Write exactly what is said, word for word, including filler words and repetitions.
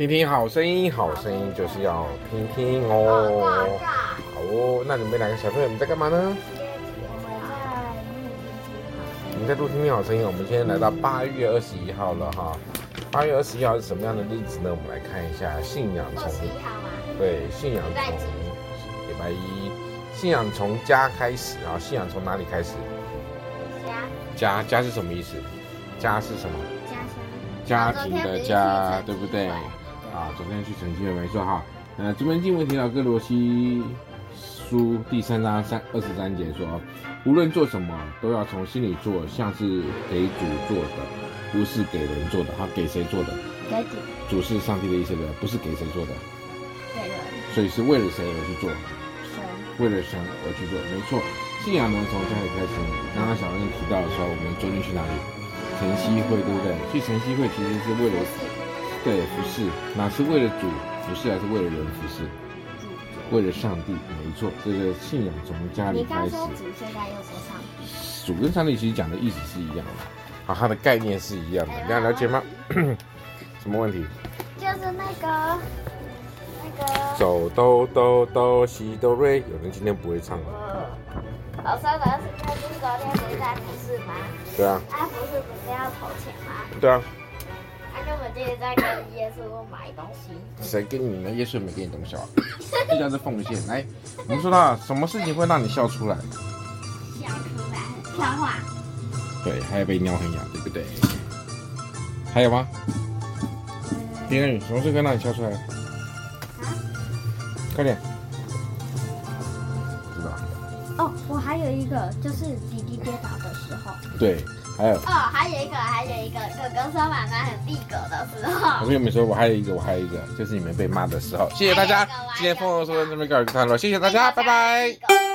听听好声音，好声音就是要听听哦。好哦，那你们两个小朋友你在干嘛呢？我们在录听听好声音。我们今天来到八月二十一号了哈。八月二十一号是什么样的日子呢？我们来看一下信仰从，对，信仰从礼拜一，信仰从家开始啊。信仰从哪里开始？家，家家是什么意思？家是什么？家庭的家，对不对？啊，昨天去晨曦会没错哈。呃，这边经文提到哥罗西书第三章三二十三节说，无论做什么都要从心里做，像是给主做的，不是给人做的。好，给谁做的？ 给主。 主是上帝的意思的，不是给谁做的？ 给人。 所以是为了谁而去做？ 神。 为了神而去做，没错。信仰呢，从家里开始。刚刚小恩提到的时候，我们昨天去哪里？晨曦会，对不对？去晨曦会其实是为了，对，服侍，哪是为了主服侍，还是为了人服侍？为了上帝，没错。这个信仰从家里开始。 你刚说主，现在又说上帝。 主跟上帝其实讲的意思是一样的，好，它的概念是一样的，大家了解吗？什么问题？ 就是那个那个。 走哆哆哆西哆瑞，有人今天不会唱了。 老师的是那就是昨天不是在服侍吗？ 对啊。 啊，服侍不是要投钱吗？ 对啊。 他根本就是在跟耶稣买东西。 谁给你呢？耶稣没给你东西啊。这叫做奉献。来，我们说到什么事情会让你笑出来？ 笑出来，笑话。 对，还有被鸟很痒，对不对？还有吗？丁恩宇，什么事可以让你笑出来？啊？快点。知道。 哦，我还有一个，就是弟弟跌倒的时候。 对，还有。 哦，还有一个，还有一个，哥哥说妈妈很逼格的时候。 我跟你们说，我还有一个，我还有一个，就是你们被骂的时候。谢谢大家，今天风和说在这边告一个段落，谢谢大家，拜拜。